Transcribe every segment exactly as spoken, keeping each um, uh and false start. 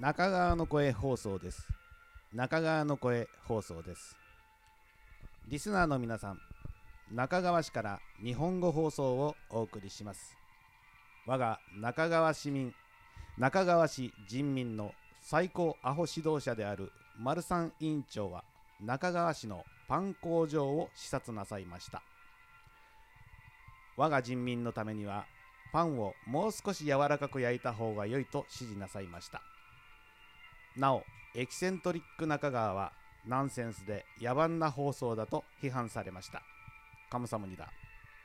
中川の声放送です。中川の声放送です。リスナーの皆さん、中川市から日本語放送をお送りします。我が中川市民、中川市人民の最高アホ指導者である丸三委員長は、中川市のパン工場を視察なさいました。我が人民のためにはパンをもう少し柔らかく焼いた方が良いと指示なさいました。なお、エキセントリック中川はナンセンスで野蛮な放送だと批判されました。カムサムニダ。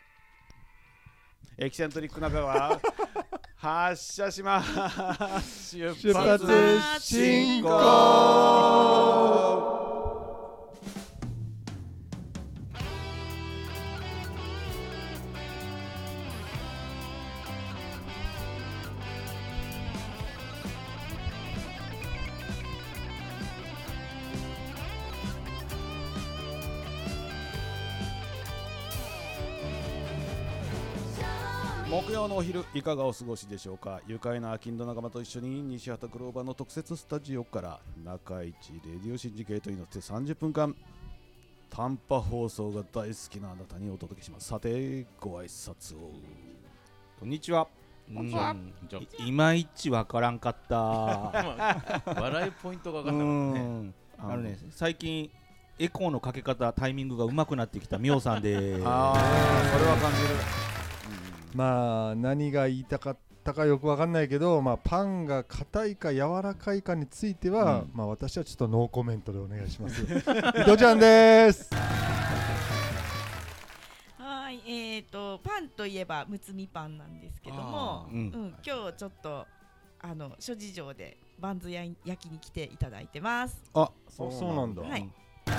エキセントリック中川発車します。出発進行。木曜のお昼いかがお過ごしでしょうか。愉快なアキンド仲間と一緒に西畑グローバーの特設スタジオから中市レディオシンジケートに乗ってさんじゅっぷんかん短波放送が大好きなあなたにお届けします。さてご挨拶を。 こんにちは。 こんにちは。 いまいちわからんかった笑いポイントが分かんなかったね。 あのね、最近エコーのかけ方タイミングが上手くなってきたみおさんであー、それは感じる。 まあ何が言いたかったかよくわかんないけど、まあ、パンが硬いか柔らかいかについては、うん、まあ、私はちょっとノーコメントでお願いします伊藤ちゃんです。 はい、えーとパンといえばむつみパンなんですけども、うんうん、今日ちょっとあの諸事情でバンズ焼きに来ていただいてます。 あ、そうそうなんだ。 はい、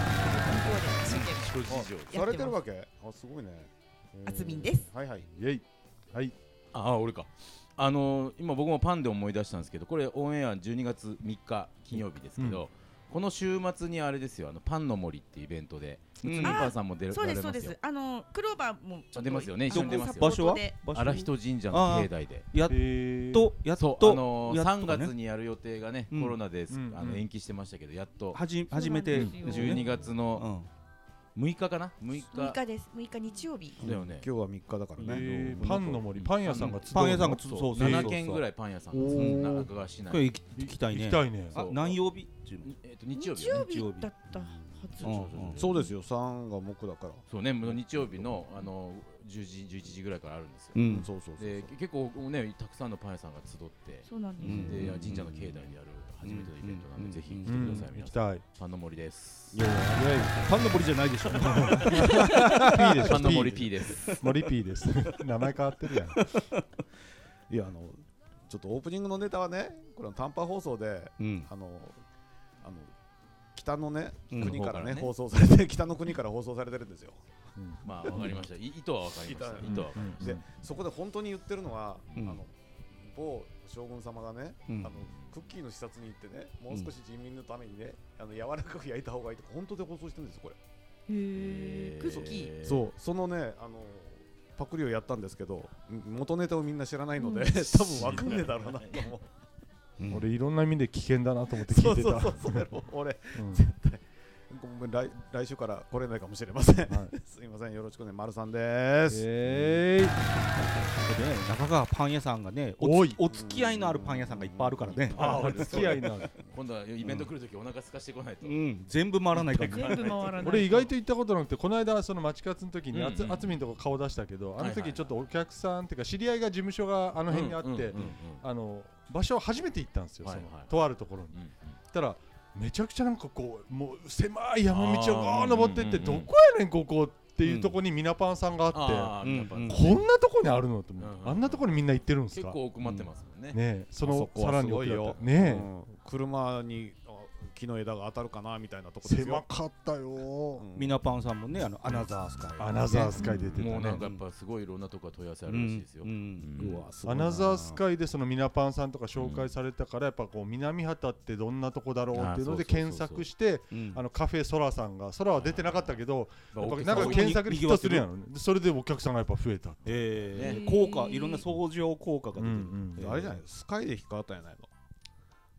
諸事情されてるわけ。あ、すごいね。 あつみんです。 はいはい。イェイ。はい。 ああ、俺か。あのー、今僕もパンで思い出したんですけど、これオンエアじゅうにがつみっか金曜日ですけど、うん、この週末にあれですよ、あのパンの森っていうイベントで、むつみパンさんも出られますよ。 そうですそうです。あのクローバーもちょっと出ますよね。一緒に出ますよ。 場所は荒人神社の境内で。 やっとやっとあのー、さんがつにやる予定がね、コロナであの延期してましたけど、やっと初めてじゅうにがつのむいかかな、むいかむいかです。むいか日曜日だよね。 今日はみっかだからね。 パンの森、パン屋さんが集う。 パン屋さんが集う。 そう、ななけんぐらいパン屋さんが集う。中川市内。 これ行きたいね。 行きたいね。 あ、何曜日？ えっと日曜日。 日曜日だったはず。 そうですよ。さんが木だから。 そうね、日曜日のあのじゅうじじゅういちじぐらいからあるんですよ。 うん、そうそうそう。 で結構ね、たくさんのパン屋さんが集って、 そうなんです。 で神社の境内でやる初めてのイベントなので、ぜひ来てください。 行きたい。 パンの森です。 いやいや、パンの森じゃないでしょ。 P です。 パンの森 P です。 森 P です。名前変わってるやん。 いや、あのちょっとオープニングのネタはね、これ短波放送で、 うん、 あのあの北のね、うん、国からね、放送されて、北の国から放送されてるんですよ。 うん、まあわかりました。意図はわかりました。意図はわかりました。 で、そこで本当に言ってるのは、 うん、 あの某将軍様がね、うん、あのクッキーの視察に行ってね、もう少し人民のためにね、あの柔らかく焼いた方がいいと本当で放送してるんですよ、これ。 へー、クッキー。 そう、そのね、あのパクリをやったんですけど、元ネタをみんな知らないので、うん、多分わかんねえだろうなと思う。 うん、俺いろんな意味で危険だなと思って聞いてた。 そうそうそうそう俺、うん、絶対ごめん、来, 来週から来れないかもしれません、はい、すいません、よろしくね、丸さんです。 えー、 ね、中川パン屋さんがね、お, お付き合いのあるパン屋さんがいっぱいあるからね。 あ、お付き合いのある。 今度はイベント来るときお腹空かしてこないと、 うん、全部回らないから。 全部回らない。 俺意外と行ったことなくて、この間その町活の時にあつみんとこ顔出したけど、あの時ちょっとお客さんっていうか知り合いが事務所があの辺にあって、あの場所を初めて行ったんですよ、そのとあるところに。たらめちゃくちゃなんかこう、もう狭い山道をガー登っていって、どこやねんここっていうところにミナパンさんがあって、こんなとこにあるのって、あんなとこにみんな行ってるんですか。 結構奥まってますもんね。 ね、そのさらに奥だったね、車に木の枝が当たるかなみたいなとこですよ。 狭かったよ。 ミナパンさんもね、あのアナザースカイ、 アナザースカイ出てたね。 もうなんかやっぱすごいいろんなとこが問い合わせあるらしいですよ。 アナザースカイでそのミナパンさんとか紹介されたから、やっぱこう南畑ってどんなとこだろうっていうので検索して、あのカフェソラさんが、ソラは出てなかったけど、なんか検索でヒットするやん。それでお客さんがやっぱ増えた。 効果、いろんな相乗効果が出てる。 あれじゃない、スカイで引っかかったんじゃないの。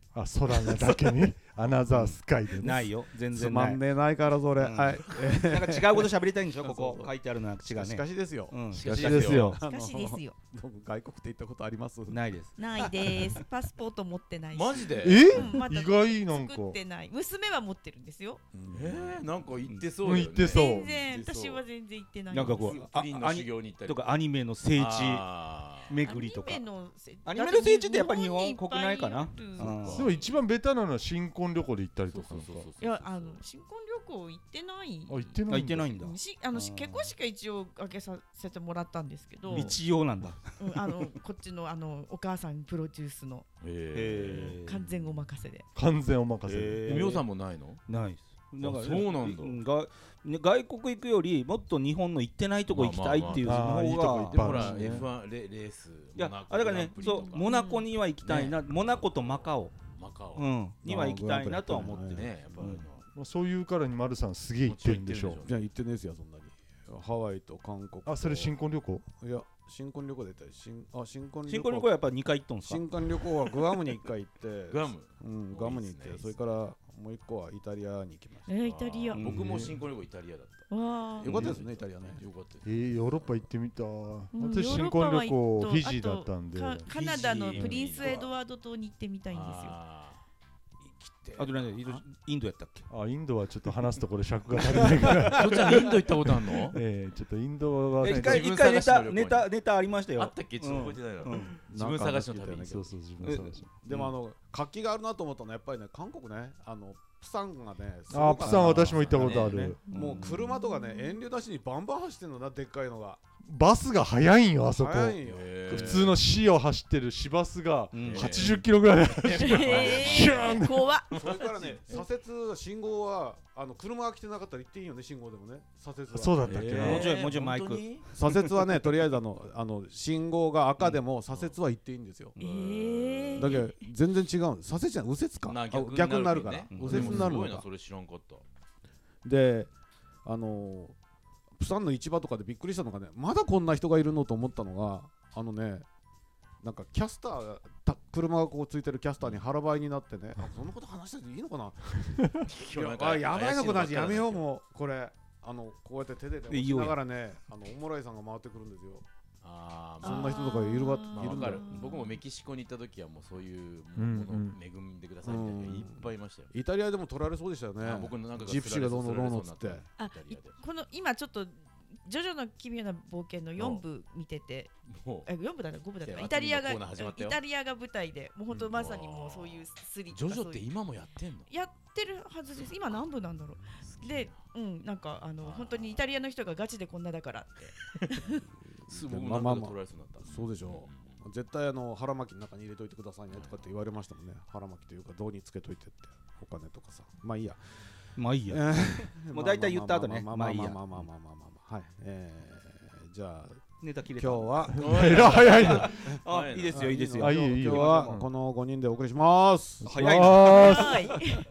あ、空のだけにアナザースカイでないよ、全つ然ない。 まんねえないからそれ、 うんはいなんか違うこと喋りたいんでしょ、こそうそうこ書いてあるのは違うね。 しかしですよ、 うん、 しかしですよ。 しかしですよ。 僕外国って行ったことあります？ ないです。 ないです。パスポート持ってないし。 マジでえうんまだ意外なんか作ってない。娘は持ってるんですよ。 えー、なんか行ってそううんだよね。 行ってそう全然行ってそう私は全然行ってない。 なんかこうプリンの修行に行ったりとかアニメの聖地あー巡りとかアニメのせアニメの聖地ってやっぱり日本日本に国内かな。 いっぱいあるうんでも一番ベタなのは新婚旅行で行ったりとかそうそうそうそういやあの新婚旅行行ってない。 あ、行ってないあ行ってないんだ。 しあのあー結婚式は一応あげさせてもらったんですけど、 一応なんだ。 うんあのこっちのあのお母さんプロデュースのへ完全お任せで。 完全お任せえで。 みおさんもないの？ ないです。なんかそうなんだうがね外国行くよりもっと日本の行ってないとこ行きたいっていうそまあまあまあのいいとこ行っ方がでもほらいっぱいあるしねエフワン レレースいやあだからねそうモナコには行きたいな、モナコとマカオ、 マカオうん、には行きたいなとは思ってる。 ねやっぱうんまあそういうからに丸さんすげえ行ってるんでしょう。 じゃあ行ってねえですよそんなに。ハワイと韓国とあ、それ新婚旅行？ いや新婚旅行で行ったり新あ新婚新婚旅行はやっぱにかい行っとんすか？ 新婚旅行はグアムにいっかい行ってグアムうんグアムに行っていいっすねそれからもう一個はイタリアに行きましえーイタリア。 あー僕も新婚旅行イタリアだったわあた。よかったですねイタリアね。 よかったですえー、ヨーロッパ行ってみた。 ん私新婚旅行フィジーだったんで。 かカナダのプリンスエドワード島に行ってみたいんですよ。 あ生きてあとねインドやったっけ？ あ、インドはちょっと話すところ尺が足りないから。 ーどっちゃんインド行ったことあんの？ えー、ちょっとインドはえ一回自分一回ネタ探しの旅行にネタネタありましたよ。 あったっけちょっと覚えてないなうん自分探しの旅にそうそう自分探し。 でもあの活気があるなと思ったのはやっぱりね韓国ねあのプサンがねすあー、 ごかったプサン私も行ったことあねる。 もう車とかね遠慮なしにバンバン走ってんのなでっかいのがバスが速いんよあそこ。 速いんよ。 へー普通の市を走ってる市バスがうんはちじゅっキロぐらいでえシューンー、怖っ。 それからね左折信号はあの車が来てなかったら行っていいよね信号でもね左折はそうだったっけな。 えーもうちょいもうちょいマイク本当に左折はねとりあえずあのあの信号が赤でも左折は行っていいんですよ。 えー、 だけど全然違うん左折じゃない右折かなあ逆になるからね右折になるのかでもすごいなそれ知らんかったであのプサンの市場とかでびっくりしたのがねまだこんな人がいるのと思ったのがあのねなんかキャスターた車がこうついてるキャスターに腹ばいになってねあそんなこと話してていいのかな今日なんかあやばいのこなしやめよううもうこれあのこうやって手でねいいよ押しながらねあのおもらいさんが回ってくるんですよ。 あーそんな人とかいるわまあわかるいるんだよ。 僕もメキシコに行った時はもうそういううんものを恵んでくださいみたいな人がいっぱいいましたよイタリアでも取られそうでしたよねあ僕のなんかがジプシーがどうのどうのっつってすられそうになあったイタリアでこの今ちょっとジョジョの奇妙な冒険のよんぶ見ててもえよんぶだったごぶだったいやイタリアがコーナー始まったよイタリアが舞台でもう本当まさにもうそういうスリうジョジョっそういうて今もやってんのやってるはずです今何部なんだろうでうんなんかあの本当にイタリアの人がガチでこんなだからってす僕もなんか取られそうになったそうでしょう絶対あの腹巻きの中に入れといてくださいねとかって言われましたもんね腹巻きというか胴につけといてってお金とかさまあいいやまあいいや。もう大体言った後ねまあまあまあまあまあまあまあまあまあはいえーじゃあネタ切れた。 今日はえら早いの。 あいいですよいいですよ。 あいいよいいよ今日はこのごにんでお送りします早いな。 あはい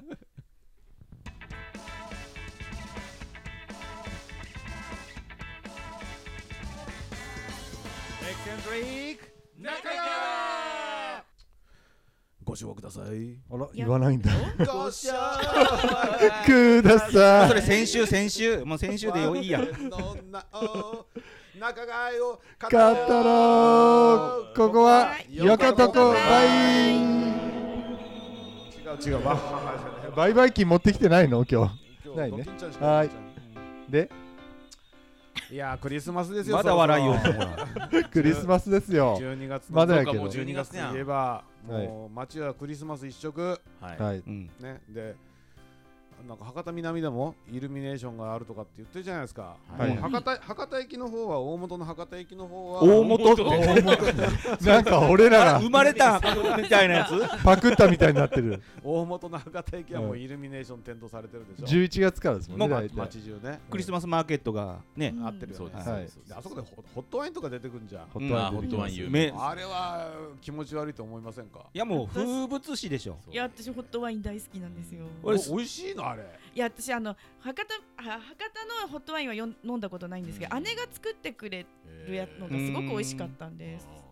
ご賞くださいーあら言わないんだ。 ご賞ください。 それ先週先週もう先週でよいいや。 中川を語ろう。ここはよかとこバイ。 違う違うババイバイ金持ってきてないの今日。 今ないねドキンちゃんしかはいいでいやークリスマスですよまだ笑いよ。 そろそろクリスマスですよ。 じゅうにがつまだやけどそうかもうじゅうにがつといえばもう街はクリスマス一色はいはい。 うん。 ねでなんか博多南でもイルミネーションがあるとかって言ってるじゃないですか、 はいもう博多博多駅の方は大元の博多駅の方は大元ってなんか俺らが生まれたみたいなやつ。 パクったみたいになってる。 大元の博多駅はもうイルミネーション点灯されてるでしょ、 じゅういちがつからですもんね。 もう大体街中ねクリスマスマーケットがね。 合ってるよね、 はいそうであそこでホホットワインとか出てくるんじゃんホうんまあホットワインットワイン有め名あれは気持ち悪いと思いませんかいやもう風物詩でしょ。 いや私ホットワイン大好きなんですよお俺美味しいのあれいや私あの博多あ博多のホットワインはよん飲んだことないんですけど、姉が作ってくれるやつのがすごく美味しかったんです、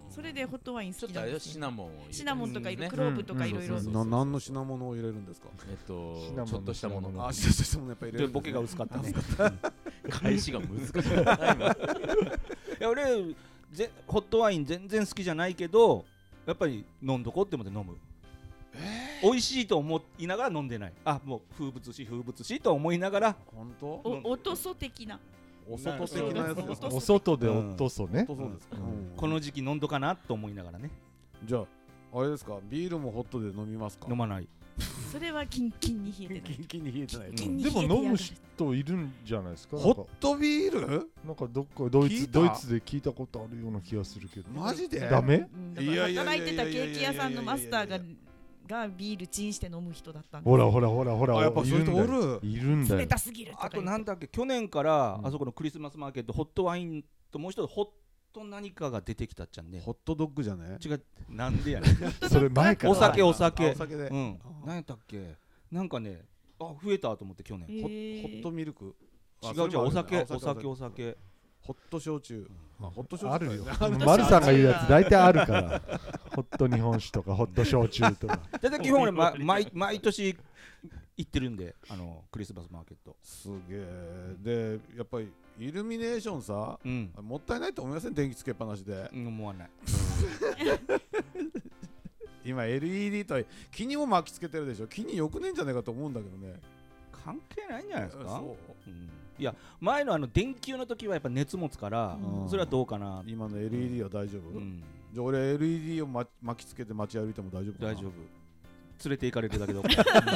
それでホットワイン好きちょっとあれなんですよ。 シナモンを入れてシナモンとかいろいろねクローブとかいろいろ。 うんうんな何の品物を入れるんですか？ えっとシナモンのちょっとしたものあ、ちょっとしたものやっぱり入れるんですね。 ボケが薄かったね。 返しが難しかった今いや俺ぜホットワイン全然好きじゃないけどやっぱり飲んどこうって思って飲む、えー、美味しいと思いながら飲んでない。あ、もう風物詩風物詩と思いながら。 本当？ おおとそ的な。 お外的なやつですか？ お外でおっとそね、 お外ですか？ この時期飲んどかなと思いながらね。 じゃああれですか、ビールもホットで飲みますか？ 飲まない。 それはキンキンに冷えてない。 キンキンに冷えてない。 でも飲む人いるんじゃないですか。 ホットビール？ なんかどっかドイツドイツで聞いたことあるような気がするけど。 マジで？ ダメ？ いやいや、働いてたケーキ屋さんのマスターががビールチンして飲む人だったんです。 ほらほらほらほら。 やっぱそういう人おる。 いるんだよ。 冷たすぎるとか。 あとなんだっけ、去年からあそこのクリスマスマーケットホットワインともう一つホット何かが出てきたっちゃんね。 ホットドッグじゃね？ 違う、なんでやねん。 それ前から。 お酒お酒。 お酒で。 うん。何やったっけ？なんかね、あ、増えたと思って去年。 ホットミルク。 違う違う、お酒お酒お酒。 ホット焼酎。 あ、 ホット焼酎あるよ。マルさんが言うやつ大体あるから。ホット日本酒とかホット焼酎とか。 大体基本俺ま毎毎年行ってるんで、あのクリスマスマーケット。 すげえ。でやっぱりイルミネーションさ、もったいないと思いません？電気つけっぱなしで。 思わない。 今 エルイーディー と木にも巻きつけてるでしょ。木によくねえんじゃないかと思うんだけどね。 関係ないんじゃないですか。 そう、 うん、いや前のあの電球の時はやっぱ熱持つから、うん、それはどうかな。 今の エルイーディー は大丈夫？うん、じゃあ俺 エルイーディー を、ま、巻きつけて街歩いても大丈夫かな？ 大丈夫。連れて行かれるだけど。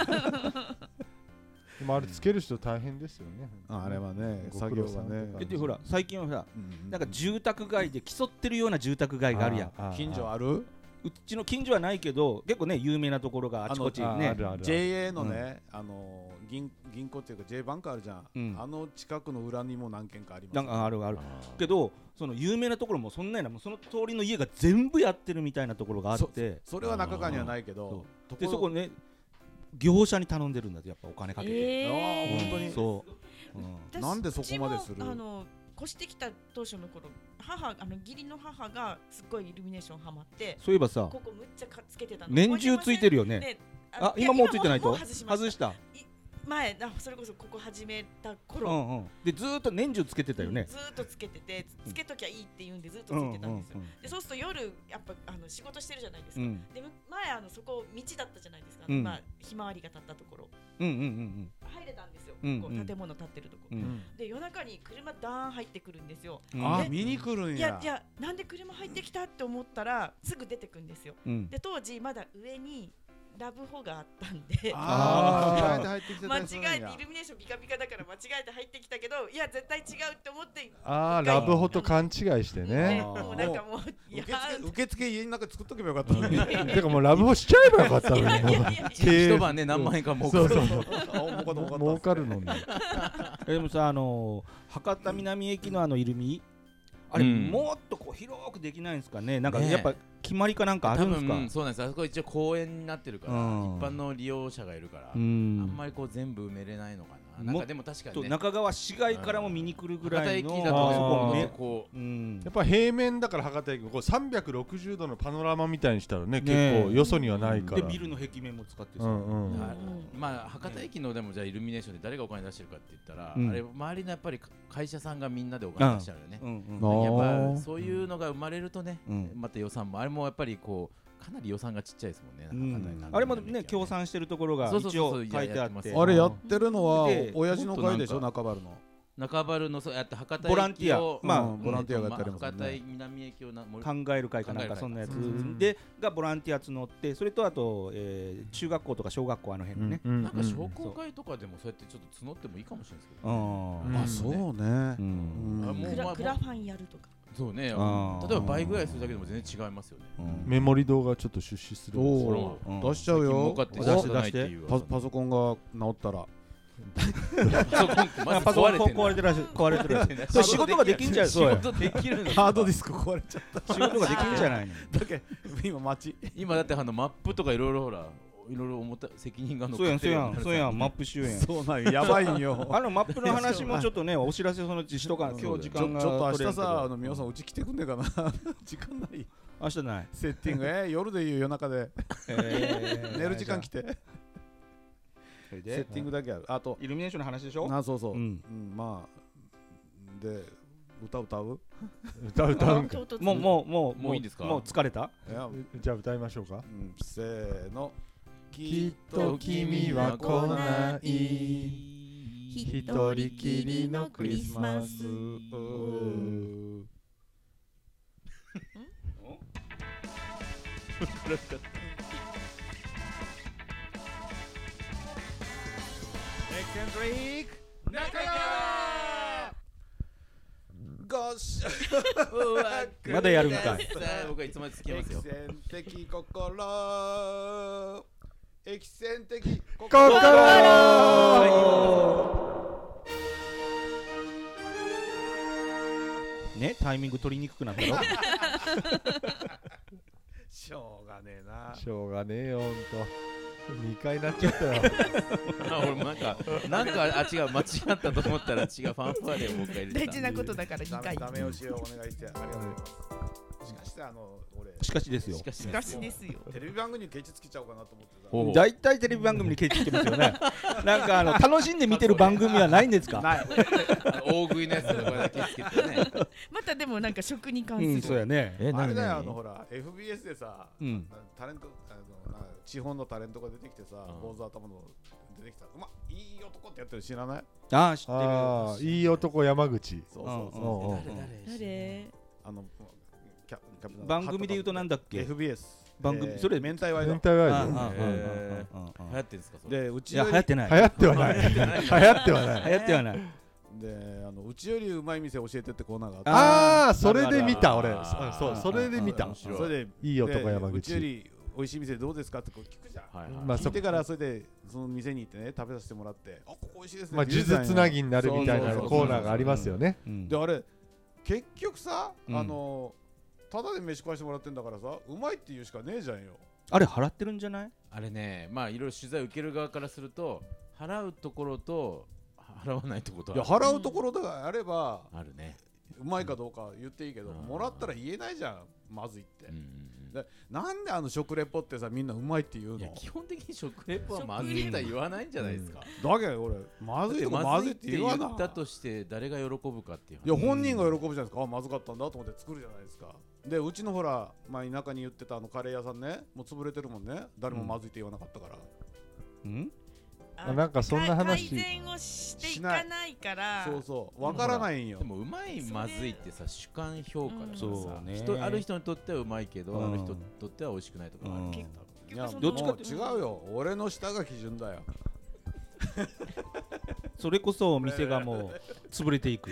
でもあれつける人大変ですよね。 あれはね、作業がね。 でほら最近はさ、うん、なんか住宅街で競ってるような住宅街があるやん。 近所ある？ うちの近所はないけど結構ね有名なところがあちこちね。 ジェイエー のね、うん、あの銀銀行っていうか J バンクあるじゃん、うん、あの近くの裏にも何軒かあります、ね、 なんかあるあるけどその有名なところもそんなにもうその通りの家が全部やってるみたいなところがあって、 そ, それは中川にはないけど、 そでそこね業者に頼んでるんだってやっぱお金かけて、 えー、 あ本当にそう、 うん、なんでそこまでする？ あの越してきた当初の頃母あの義理の母がすっごいイルミネーションハマって、 そういえばさここむっちゃつけてたの年中ついてるよね。ねああ今もうついてないと？ 外し外した前あそれこそここ始めた頃、 うんうん、でずーっと年中つけてたよね。 ずーっとつけててつけときゃいいって言うんでずっとついてたんですよ、うんうんうん、でそうすると夜やっぱあの仕事してるじゃないですか、うん、で前あのそこ道だったじゃないですか、うん、まあひまわりが立ったところ、 うんうんうんうん、 入れたんですよ、 うんうん、 こう建物建ってるとこ、うん、で夜中に車ダーン入ってくるんですよ、 うん、あ見に来るんや。 いやいやなんで車入ってきたって思ったらすぐ出てくんですよ、うん、で当時まだ上にラブホがあったんであ間違えて入ってきてた間違えてイルミネーションビカビカだから間違えて入ってきたけどいや絶対違うって思ってああラブホと勘違いしてねもうなんかもう受付受付家の中作っとけばよかったのにてかもうラブホしちゃえばよかったのに一晩ね何万円か儲かる儲かるのにでもさあの博多南駅のあのイルミあれ、うん、もっとこう広くできないんですかね。なんかやっぱ決まりかなんかあるんですか。 うん、そうなんです。あそこ一応公園になってるから、うん、一般の利用者がいるから、うん、あんまりこう全部埋めれないのかな。なんかでも確かにね。 中川市街からも見に来るぐらいの。 博多駅だとそこねこう、 うん、やっぱ平面だから博多駅こうさんびゃくろくじゅうどのパノラマみたいにしたらね結構よそにはないから。 でビルの壁面も使ってさ。 うんうん、 まあ博多駅のでもじゃあイルミネーションで誰がお金出してるかって言ったら、うん、あれ周りのやっぱり会社さんがみんなでお金出しちゃうよね。うんうん、やっぱそういうのが生まれるとね、うん、また予算もあれもやっぱりこう。かなり予算がちっちゃいですもんね。うん、 あれもね協賛してるところが一応書いてあって、 あれやってるのは親父の会でしょ中原の。 中原のそうやって博多駅をボランティアまあボランティアがやったりも博多南駅をな考える会かなんかそんなやつでがボランティア募ってそれとあとえ中学校とか小学校あの辺のねなんか商工会とかでもそうやってちょっと募ってもいいかもしれないですけど。あそうね。 クラファンやるとか。 そうね、例えば倍ぐらいするだけでも全然違いますよね、 うん、メモリ動画ちょっと出資するお出しちゃうよ出して出してパソコンが直ったらパソコン壊れてるらしい壊れてるらしい仕事ができんじゃない仕事できるのハードディスク壊れちゃった仕事ができんじゃないのだけ今待ち今だってあのマップとかいろいろほらいろいろ思った責任が乗っかってるそうやんそうやんマップ集演そうなんやばいんよあのマップの話もちょっとねお知らせそのうちしとか今日時間がちょっと明日さあの皆さんうち来てくんねえかな時間ない明日ない。 セッティングえ夜でいう夜中で寝る時間来てセッティングだけある。あとイルミネーションの話でしょ。 あそうそう、うんうん、まあで歌歌う歌歌うんか。 もうもうもうもういいんですか。 もう疲れた。 いやじゃあ歌いましょうか、 うん、せーの。 きっと君は来ない一人きりのクリスマス。 エキセントリック中川ゴシまだやるんかい。 僕はいつまで付き合いますよ。 エキセン的心エキセン的心ね、タイミング取りにくくなったろ。 しょうがねえな。 しょうがねえよほんとにかいなっちゃったよ俺もなんかなんかあ違う間違ったと思ったら違うファンファーレをもう一回入れてた。 大事なことだからにかいダメ押しをお願いしてありがとうございます。しかしあの俺しかしですよ。 しかししかしですよ。 テレビ番組にケチつけちゃおうかなと思ってた。 大体テレビ番組にケチつけますよね。なんかあの楽しんで見てる番組はないんですか。 ない。 大食いのやつとかだけつけてね。 またでもなんか食に関する、 うん、そうやね。 えあれだよ、あのほら エフビーエス でさ、 うん、 タレントあのな地方のタレントが出てきてさ、坊主頭の出てきた、うまいい男ってやってる知らない？ ああ知ってる。 ああいい男山口。 そうそうそう。 誰？ あの番組で言うとなんだっけ？ エフビーエス番組それ明太ワイド。 明太ワイド。 流行ってんですかそれ？ でうちいや流行ってない。 流行ってはない。流行ってはない。 流行ってはない。 であのうちよりうまい店教えてってコーナーがあって。 ああそれで見た俺。そうそれで見た。 それでいい男山口。 うちより美味しい店どうですかってこう聞くじゃん。 はいはい。 まあ聞いてからそれでその店に行ってね食べさせてもらって、あここ美味しいですね。 まあ数珠つなぎになるみたいなコーナーがありますよね。 であれ結局さあのただで飯食わしてもらってんだからさうまいって言うしかねえじゃんよ。 あれ払ってるんじゃない？ あれねまあいろいろ取材受ける側からすると払うところと払わないところといや払うところがあればあるね。 うまいかどうか言っていいけど、もらったら言えないじゃんまずいって、うんうん、でなんであの食レポってさみんなうまいって言うの？いや基本的に食レポはまずいとは言わないんじゃないですか、 うん、だけど俺まずいとかまずいって言わな。 言ったとして誰が喜ぶかっていう。 いや本人が喜ぶじゃないですか。あまずかったんだと思って作るじゃないですか。でうちのほら、まあ、田舎に言ってたあのカレー屋さんねもう潰れてるもんね。誰もまずいって言わなかったから。 うん、 あなんかそんな話改善をしていかないからそうそう分からないんよ。 でもうまいまずいってさ主観評価だからさ、 うんね、 人ある人にとってはうまいけど、うん、ある人にとっては美味しくないとかある、うん、 いやどっちかって違うよ。俺の舌が基準だよ。 それこそお店がもう潰れていく。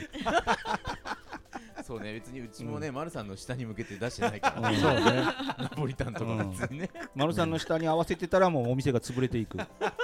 そうね別にうちもね、うん、丸さんの下に向けて出してないから、 ね、 そうねナポリタンとか別にね、 うん、丸さんの下に合わせてたらもうお店が潰れていく、うん、だ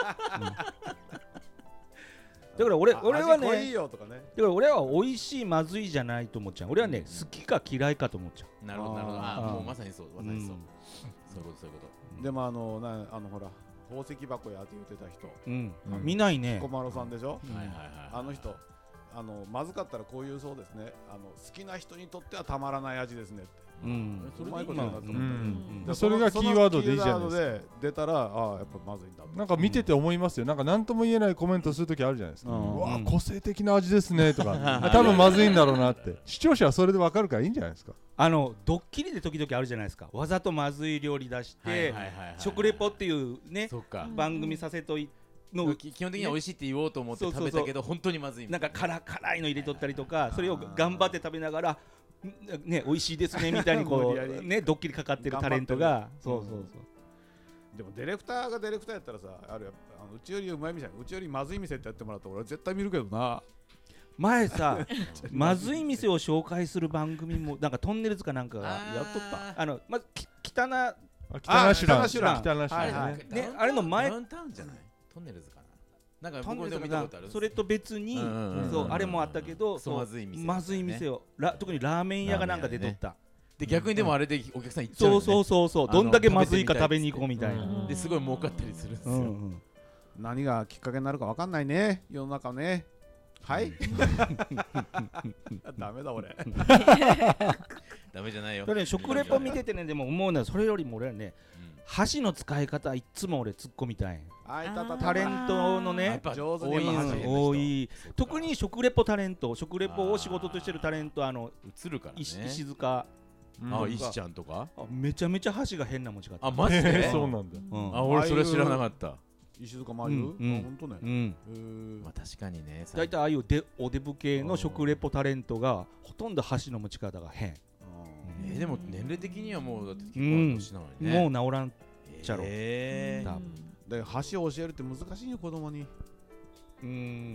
から俺俺はね、 いいよとかね、 だから俺は美味しいまずいじゃないと思っちゃう。俺はね、うん、好きか嫌いかと思っちゃう。 なるほどなるほど。ああもうまさにそうまさにそう、うん、そういうことそういうこと。 でもあのなあのほら宝石箱やって言ってた人、 うんうん、見ないね。 彦摩呂さんでしょ、 うん、はいはいはい、 あの人あのまずかったらこういうそうですね。あの好きな人にとってはたまらない味ですねって。 うん、 うまいことだなと思って、うんうん、それがキーワードでいいじゃないですか。 で出たらああやっぱまずいんだ。 なんか見てて思いますよ。なんか何とも言えないコメントするときあるじゃないですか。うん、うわ個性的な味ですねとか多分まずいんだろうなって視聴者はそれで分かるからいいんじゃないですか。 あのドッキリで時々あるじゃないですか。わざとまずい料理出して食レポっていうね番組させといての基本的には美味しいって言おうと思って食べたけど本当にまずいなんか辛辛いの入れとったりとかそれを頑張って食べながらね美味しいですねみたいにこうねドッキリかかってるタレントがそうそうそうでもディレクターがディレクターやったらさあるあのうちよりうまい店うちよりまずい店ってやってもらったら俺絶対見るけどな。 前さまずい店を紹介する番組もなんかトンネルズかなんかがやっとったあのまず汚な汚シュランシュラン汚シュランねあれの前ダウンタウンじゃないトンネルズかななんか僕でも見たことある。 それと別にそうあれもあったけどまずい店まずい店を特にラーメン屋がなんか出とったで逆にでもあれでお客さん行っちゃうよね。 そうそうそうどんだけまずいか食べに行こうみたいなですごい儲かったりするんですよ。 何がきっかけになるか分かんないね世の中ね。はいダメだ俺ダメじゃないよ。 だね、食レポ見ててね、でも思うのはそれよりも俺はね、箸の使い方いつも俺突っ込みたい。タレントのね、 上手多い多い。特に食レポタレント、食レポを仕事としてるタレント、あの映るからね。 石塚。 あ、石ちゃんとか。 めちゃめちゃ箸が変な持ち方。 あ、マジで。 そうなんだ。 あ、俺それ知らなかった。 石塚真由、本当ね。うん。 まあ確かにね。 だいたいああいうでおデブ系の食レポタレントがほとんど箸の持ち方が変。 え、でも年齢的にはもうだって結構年なのにね。 もう治らんちゃろ。 ええ。 で箸を教えるって難しいよ子供に。うん、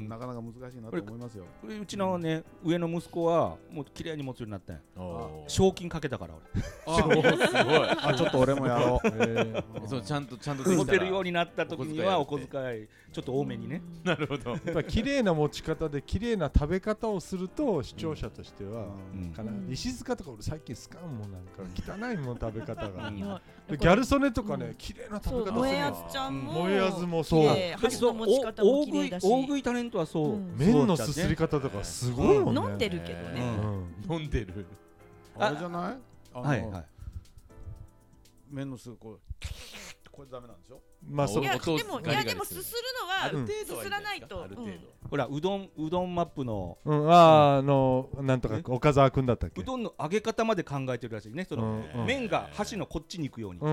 なかなか難しいなと思いますよ。 うちのね、上の息子はもう綺麗に持つようになったんや。賞金かけたから俺。すごい。 あ、ちょっと俺もやろう。そう、ちゃんとちゃんと持てるようになった時にはお小遣いちょっと多めにね。 なるほど。 やっぱ綺麗な持ち方で綺麗な食べ方をすると視聴者としてはかな。石塚とか俺最近好かんもん、なんか汚いもん食べ方が。ギャル曽根とかね、綺麗な食べ方するの。 萌えあずちゃんも。 萌えあずもそう。 箸の持ち方も綺麗だし。 大食いタレントはそう、 麺のすすり方とかすごいもんね。 飲んでるけどね。 飲んでる。 あれじゃない？ はいはい。 麺のすこうこれダメなんでしょ？ まあそう。 いやでもいやでもすするのはある程度すすらないと。 ほらうどんうどんマップのああのなんとか岡澤君だったっけ？ うどんの揚げ方まで考えてるらしいね。その麺が箸のこっちに行くように。 あ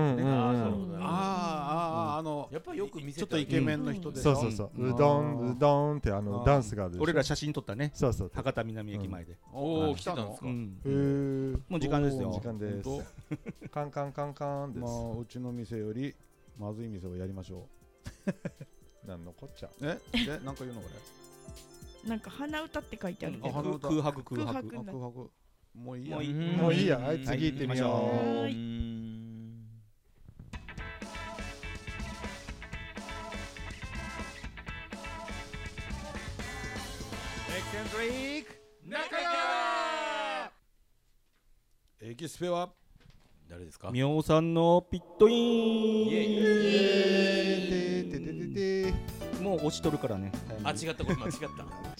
ああのやっぱりよく見せちょっとイケメンの人で。 そうそうそう。うどんうどんってあのダンスがある。 俺ら写真撮ったね。 そうそう。 博多南駅前で。 おお来たんですか。 へえ。もう時間ですよ。 時間です。カンカンカンカンです。 まあうちの店よりまずい店をやりましょう。なんのこっちゃ。 え、で、なんか言うのこれ。なんか鼻歌って書いてあるけど。 空白空白。 空白。もういいや。 もういいや。はい、次行ってみよう。 中川。エキスペは誰ですか？ みょうさんのピットイン。もう押しとるからね。 あ、違ったこれ間違った。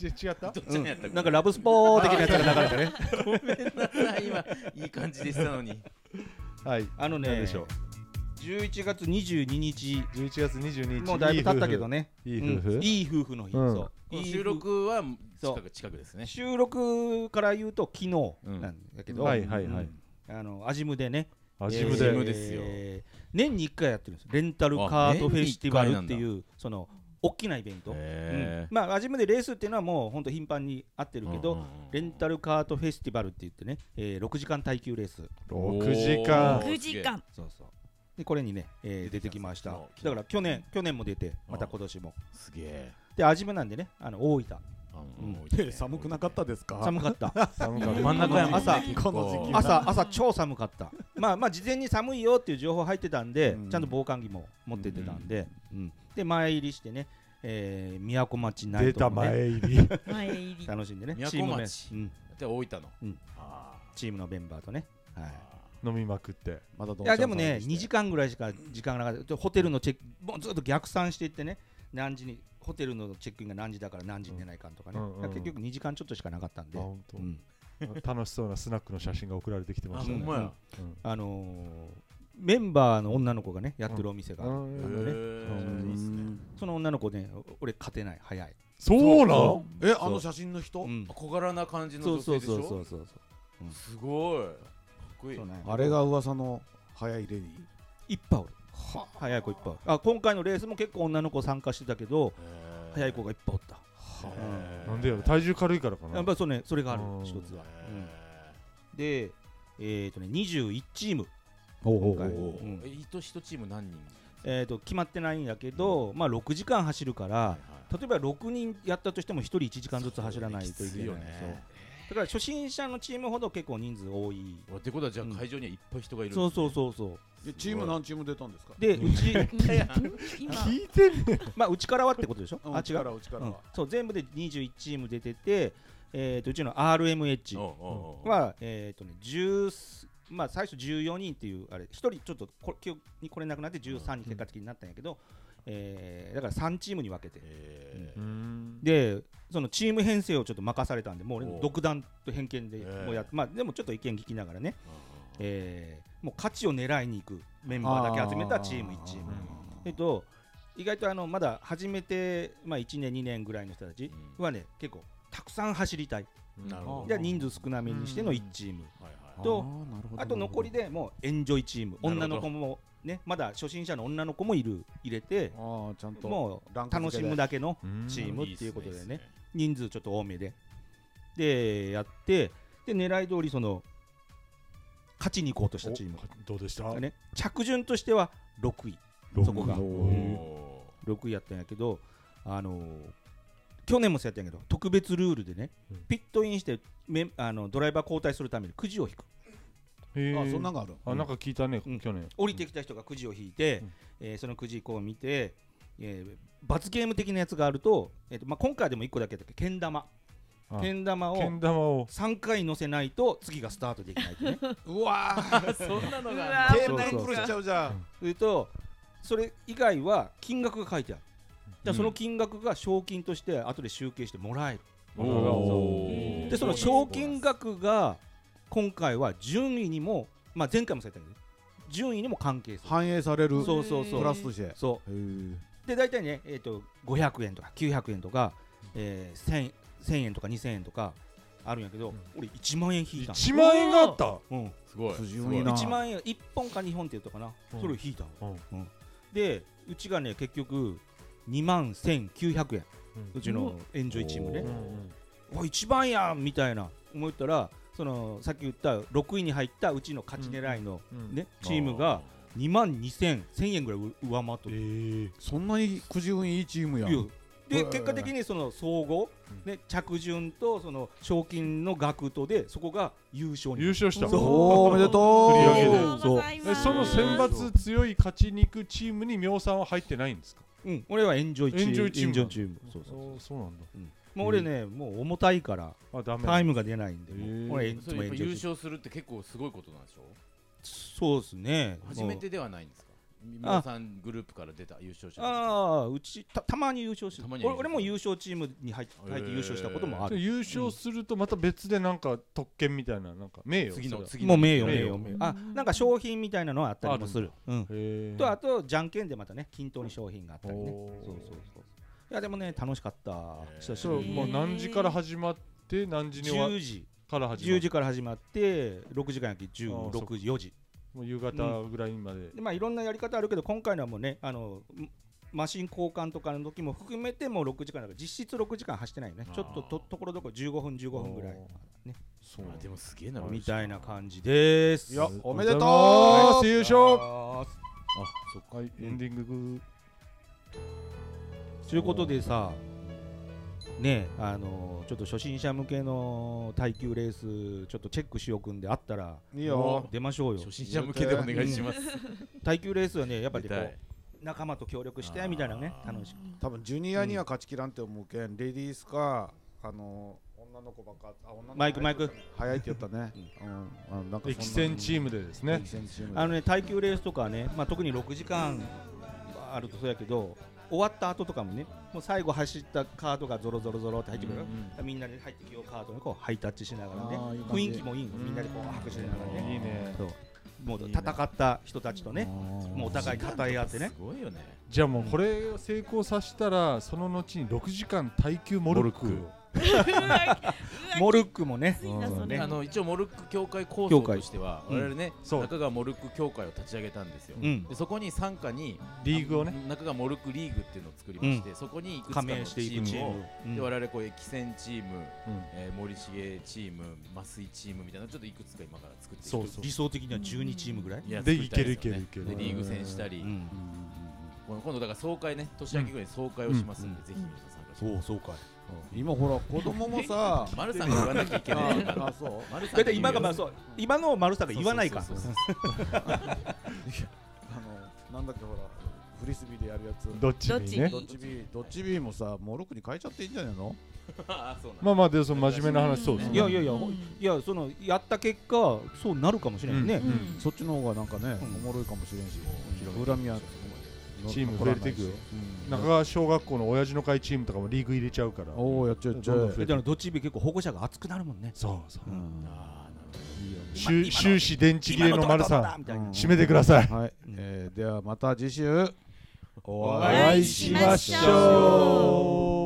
違った？ どっちにやった？ なんかラブスポー的なやつが流れたね。 ごめんなさい、今いい感じでしたのに。 はい。 あのね、じゅういちがつにじゅうににち。 じゅういちがつにじゅうににち。 もうだいぶ経ったけどね。 いい夫婦。 いい夫婦の日。そう。 収録は近く近くですね。 収録から言うと昨日なんだけど。 はいはいはい。 あのアジムでね。 アジムですよ。 年にいっかいやってるんです。レンタルカートフェスティバルっていうその大きなイベント。まあアジムでレースっていうのはもう本当頻繁にあってるけど、レンタルカートフェスティバルって言ってね、ろくじかん耐久レース。 ろくじかん。 ろくじかん。 そうそう。でこれにね出てきました。だから去年去年も出て、また今年も。 すげえ。 でアジムなんでね、あの大分。 寒くなかったですか？ 寒かった。 寒かった。 真ん中や朝朝朝超寒かった。まあまあ事前に寒いよっていう情報入ってたんで、ちゃんと防寒着も持ってってたんで、で前入りしてね、宮古町ナイトの前入り楽しんでね。 宮古町で大分のチームのメンバーとね。 飲みまくって。 いやでもねにじかんぐらいしか時間がなかった。ホテルのチェックもうずっと逆算していってね、何時にホテルのチェックインが何時だから何時に寝ないかんとかね、結局にじかんちょっとしかなかったんで、 楽しそうなスナックの写真が送られてきてましたね。 あのメンバーの女の子がねやってるお店があるのね、その女の子ね俺勝てない、早い。 そうなの？ え、あの写真の人小柄な感じの女性でしょ。 そうそうそうそうそう、 すごいかっこいい。 あれが噂の早いレディーいっぱいおる。早い子いっぱい。あ、今回のレースも結構女の子参加してたけど早い子がいっぱいおった。 なんでやろ、体重軽いからかな。 やっぱりそうね、それがある一つは。でえっとねにじゅういちチーム。 今回一チーム何人？ えっと決まってないんやけど、まあろくじかん走るから例えばろくにんやったとしてもひとりいちじかんずつ走らないといけないよね。だから初心者のチームほど結構人数多い。 ってことはじゃあ会場にはいっぱい人がいる。 そうそうそうそう。 チーム何チーム出たんですか？ でうち聞いてね。 まあうちからはってことでしょ？ あ、違ううちからは。 そう全部でにじゅういちチーム出てて、えっとうちの アールエムエイチ はえっとねじゅうまあ最初じゅうよにんっていうあれひとりちょっと記憶に来れなくなってじゅうさんにん結果的になったんやけど、 えー、だからさんチームに分けて、 えーうん、でそのチーム編成をちょっと任されたんで、もう俺独断と偏見でもうやっ、まあ、でもちょっと意見聞きながらね、えー、もう勝ちを狙いに行くメンバーだけ集めたチームいちチーム、えっと意外とあのまだ始めて、まあ、いちねんにねんぐらいの人たちはね、結構たくさん走りたい、 なるほど、 じゃあ人数少なめにしてのいちチーム、と あ, あと残りでもうエンジョイチーム、女の子もね、まだ初心者の女の子もいる入れて、あちゃんともう楽しむだけのチームっていうことでね、人数ちょっと多めででやって、で狙い通りその勝ちに行こうとしたチームどうでした、 ね、着順としてはろくい、そこがろくいやったんやけど、あのー、去年もそうやったんやけど特別ルールでね、うん、ピットインしてめあのドライバー交代するためにくじを引く。 あ、そんなのがある。あ、なんか聞いたね、うん、去年降りてきた人がくじを引いて、うんえー、そのくじこう見て、えー、罰ゲーム的なやつがあると、えーとまあ、今回でもいっこだけだけどけん玉けん玉をさんかい乗せないと次がスタートできないってねうわーそんなのがテーブルしちゃうじゃん。 それとそれ以外は金額が書いてある。じゃあその金額が賞金として後で集計してもらえる。でその賞金額が今回は順位にも、まあ、前回もそうやったけど順位にも関係する、 反映される。 そうそうそう、 プラスとして。 そうで大体ね、えー、とごひゃくえんとかきゅうひゃくえんとか、えー、せん, せんえんとかにせんえんとかあるんやけど、うん、俺いちまんえん引いた。 いちまんえんがあった、 うん、 すごい。 すごいな。 いちまんえんいっぽんかにほんって言ったかな、うん、それを引いた、うんうん、でうちがね結局にまんせんきゅうひゃくえん、うん、うちのエンジョイチームね、おいちまんやんみたいな思ったら、そのさっき言ったろくいに入ったうちの勝ち狙いの、ねうん、チームがにまんにせんせんえんぐらい上回っとる、えー、そんなにくじ運いいチームやん。 で結果的にその総合、うんね、着順とその賞金の額とでそこが優勝に優勝した。 おおめでとう。 振り上げで。そうえその選抜強い勝ちに行くチームに妙さんは入ってないんですか。 うん、俺はエンジョイチーム。 エンジョイチーム。エンジョイチーム。そうそうそう。 そうなんだ。 うんもう俺ね、もう重たいからタイムが出ないんで、 俺いつも優勝するって結構すごいことなんでしょ。 そうですね。 初めてではないんですか。皆さんグループから出た優勝者。 ああ、うち た, たまに優勝してる。俺, 俺も優勝チームに入って優勝したこともある。 優勝するとまた別でなんか特権みたいな、なんか名誉。 次の次のもう名誉名誉名誉。あ、なんか商品みたいなのはあったりもする。うん。とあとじゃんけんでまたね均等に商品があったりね。そうそうそう。いやでもね楽しかった。 そうもう何時から始まって何時に終わる。 じゅうじから始まって。 じゅうじから始まってろくじかんやきじゅうろくじよじ。 もう夕方ぐらいまで、うんでまあ、いろんなやり方あるけど今回のはもうねあのマシン交換とかの時も含めてもうろくじかんだから実質ろくじかん走ってないよね。ちょっと と, ところどころじゅうごふんじゅうごふんぐらい、ね、 そうでもすげえなみたいな感じです。 いやおめでとう優勝。 あそっか、はい、エンディングということでさねあのー、ちょっと初心者向けの耐久レースちょっとチェックしようくんであったらいいよ出ましょうよ。 初心者向けでお願いします耐久レースはねやっぱりこう仲間と協力してみたいなね楽しく多分ジュニアには勝ちきらんって思うけん、うん、レディースかあのー、女の子ばっかあ女の子マイクマイク早いって言ったね、 うん、あなんか歴戦チームでですねあのね耐久レースとかはね、まあ、特にろくじかんあるとそうやけど終わった後とかもねもう最後走ったカードがゾロゾロゾロって入ってくる、うんうん、みんなで入ってきようカードにこうハイタッチしながらね雰囲気もいいのみんなでこう拍手しながらねいいねそうもう戦った人たちとねもうお互い称え合ってねすごいよね。 じゃあもうこれを成功させたらその後にろくじかん耐久モルックモルックもね、 あの一応モルック協会構想としては我々ね中川モルック協会を立ち上げたんですよ。でそこに傘下にリーグをね中川モルックリーグっていうのを作りましてそこにいくつかのチームをで我々こう駅戦チーム森重チーム増井チームみたいなちょっといくつか今から作ってそうそう理想的にはじゅうにチームぐらいでいけるいけるいけるでリーグ戦したり今度だから総会ね年明けぐらいに総会をしますんでぜひ皆さん参加してそう総会今ほら子供もさ丸さんが言わなきゃいけないあそうだって今がまあそう今の丸さんが言わないからあのなんだっけほらフリスビーでやるやつどっちビーねどっちビーどっちビーもさモルックに変えちゃっていいんじゃないのまあまあでその真面目な話そうですねいやいやいやいやそのやった結果そうなるかもしれないねそっちの方がなんかねおもろいかもしれんし恨みはチーム増えていくよ。中川小学校の親父の会チームとかもリーグ入れちゃうから。 おお、やっちゃうやっちゃう。 だからどっちも結構保護者が熱くなるもんね。 そうそう。終始電池切れの丸さん締めてください。 はい。ではまた次週お会いしましょう。